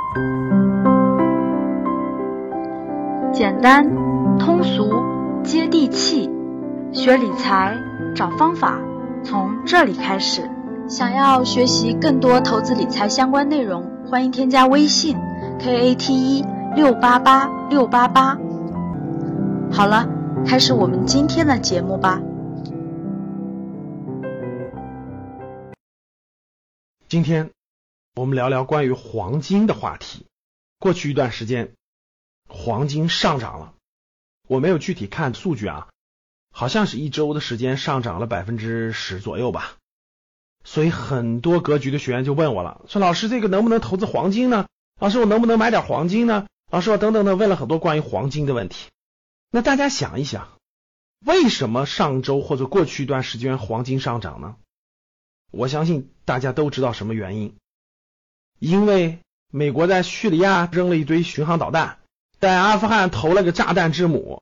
简单、通俗、接地气，学理财找方法，从这里开始。想要学习更多投资理财相关内容，欢迎添加微信 KATE688688。好了，开始我们今天的节目吧。 今天我们聊聊关于黄金的话题。过去一段时间黄金上涨了，我没有具体看数据啊，好像是一周的时间上涨了 10% 左右吧。所以很多格局的学员就问我了，说老师这个能不能投资黄金呢？老师我能不能买点黄金呢？老师我等等的问了很多关于黄金的问题。那大家想一想，为什么上周或者过去一段时间黄金上涨呢？我相信大家都知道什么原因。因为美国在叙利亚扔了一堆巡航导弹，在阿富汗投了个炸弹之母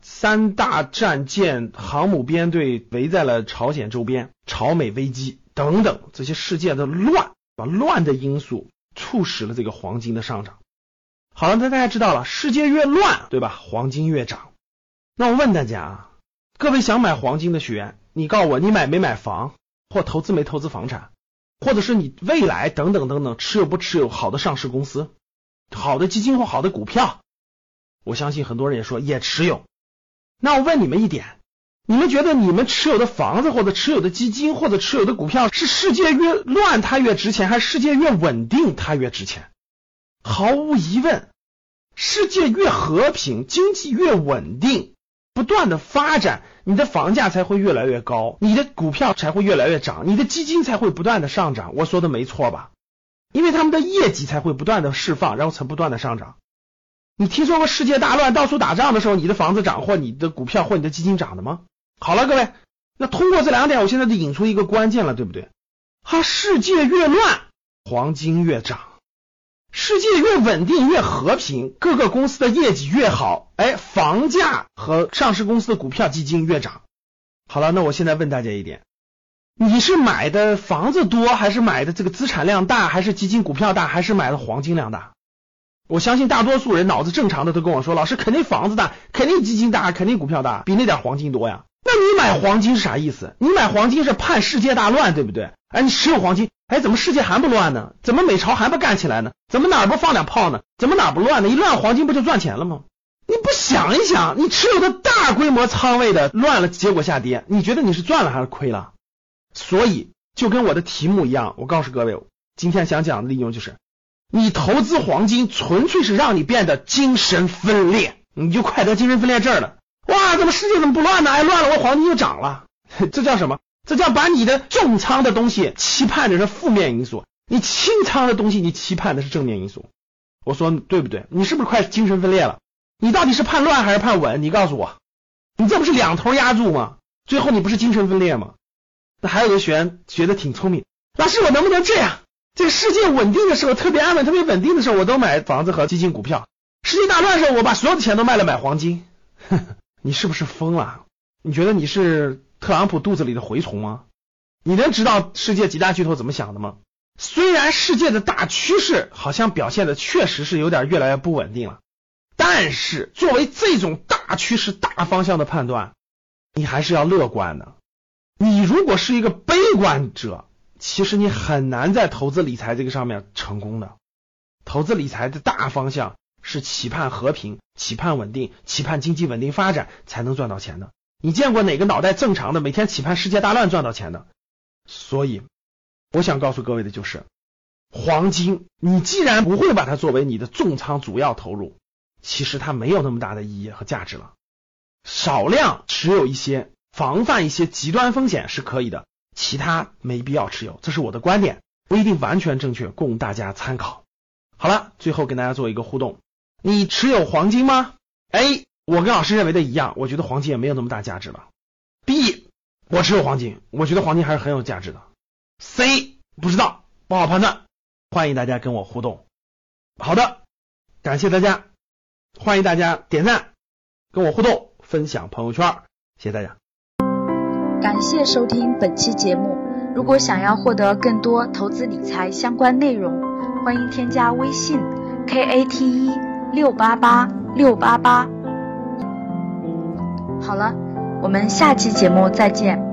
，3大战舰航母编队围在了朝鲜周边，朝美危机等等，这些世界的乱的因素促使了这个黄金的上涨。好了，那大家知道了，世界越乱，对吧？黄金越涨。那我问大家啊，各位想买黄金的学员，你告诉我，你买没买房，或投资没投资房产，或者是你未来等等等等持有不持有好的上市公司、好的基金或好的股票？我相信很多人也说也持有。那我问你们一点，你们觉得你们持有的房子或者持有的基金或者持有的股票是世界越乱它越值钱，还是世界越稳定它越值钱？毫无疑问，世界越和平，经济越稳定，不断的发展，你的房价才会越来越高，你的股票才会越来越涨，你的基金才会不断的上涨。我说的没错吧？因为他们的业绩才会不断的释放，然后才不断的上涨。你听说过世界大乱到处打仗的时候，你的房子涨或你的股票或你的基金涨的吗？好了各位，那通过这两点我现在就引出一个关键了，对不对？世界越乱黄金越涨，世界越稳定越和平，各个公司的业绩越好，房价和上市公司的股票基金越涨。好了，那我现在问大家一点，你是买的房子多，还是买的这个资产量大，还是基金股票大，还是买的黄金量大？我相信大多数人脑子正常的都跟我说，老师肯定房子大，肯定基金大，肯定股票大，比那点黄金多呀。那你买黄金是啥意思？你买黄金是盼世界大乱，对不对？你持有黄金，怎么世界还不乱呢？怎么美朝还不干起来呢？怎么哪儿不放两炮呢？怎么哪儿不乱呢？一乱黄金不就赚钱了吗？你不想一想，你持有的大规模仓位的乱了，结果下跌，你觉得你是赚了还是亏了？所以就跟我的题目一样，我告诉各位，今天想讲的内容就是，你投资黄金纯粹是让你变得精神分裂，你就快得精神分裂症了。哇，怎么世界怎么不乱呢？乱了我黄金就涨了。这叫什么？这叫把你的重仓的东西期盼的是负面因素，你轻仓的东西你期盼的是正面因素。我说对不对？你是不是快精神分裂了？你到底是盼乱还是盼稳？你告诉我，你这不是两头压住吗？最后你不是精神分裂吗？那还有的学员觉得挺聪明，老师我能不能这样？这个世界稳定的时候，特别安稳特别稳定的时候，我都买房子和基金股票，世界大乱的时候我把所有的钱都卖了买黄金。你是不是疯了？你觉得你是特朗普肚子里的蛔虫吗？你能知道世界几大巨头怎么想的吗？虽然世界的大趋势好像表现的确实是有点越来越不稳定了，但是作为这种大趋势大方向的判断，你还是要乐观的。你如果是一个悲观者，其实你很难在投资理财这个上面成功的。投资理财的大方向是期盼和平，期盼稳定，期盼经济稳定发展才能赚到钱的。你见过哪个脑袋正常的每天期盼世界大乱赚到钱的？所以我想告诉各位的就是，黄金你既然不会把它作为你的重仓主要投入，其实它没有那么大的意义和价值了。少量持有一些，防范一些极端风险是可以的，其他没必要持有，这是我的观点，不一定完全正确，供大家参考。好了，最后跟大家做一个互动，你持有黄金吗？ A， 我跟老师认为的一样，我觉得黄金也没有那么大价值了。 B， 我持有黄金，我觉得黄金还是很有价值的。 C， 不知道，不好判断，欢迎大家跟我互动。好的，感谢大家，欢迎大家点赞跟我互动，分享朋友圈，谢谢大家。 感谢收听本期节目，如果想要获得更多投资理财相关内容，欢迎添加微信 KATE688688。好了，我们下期节目再见。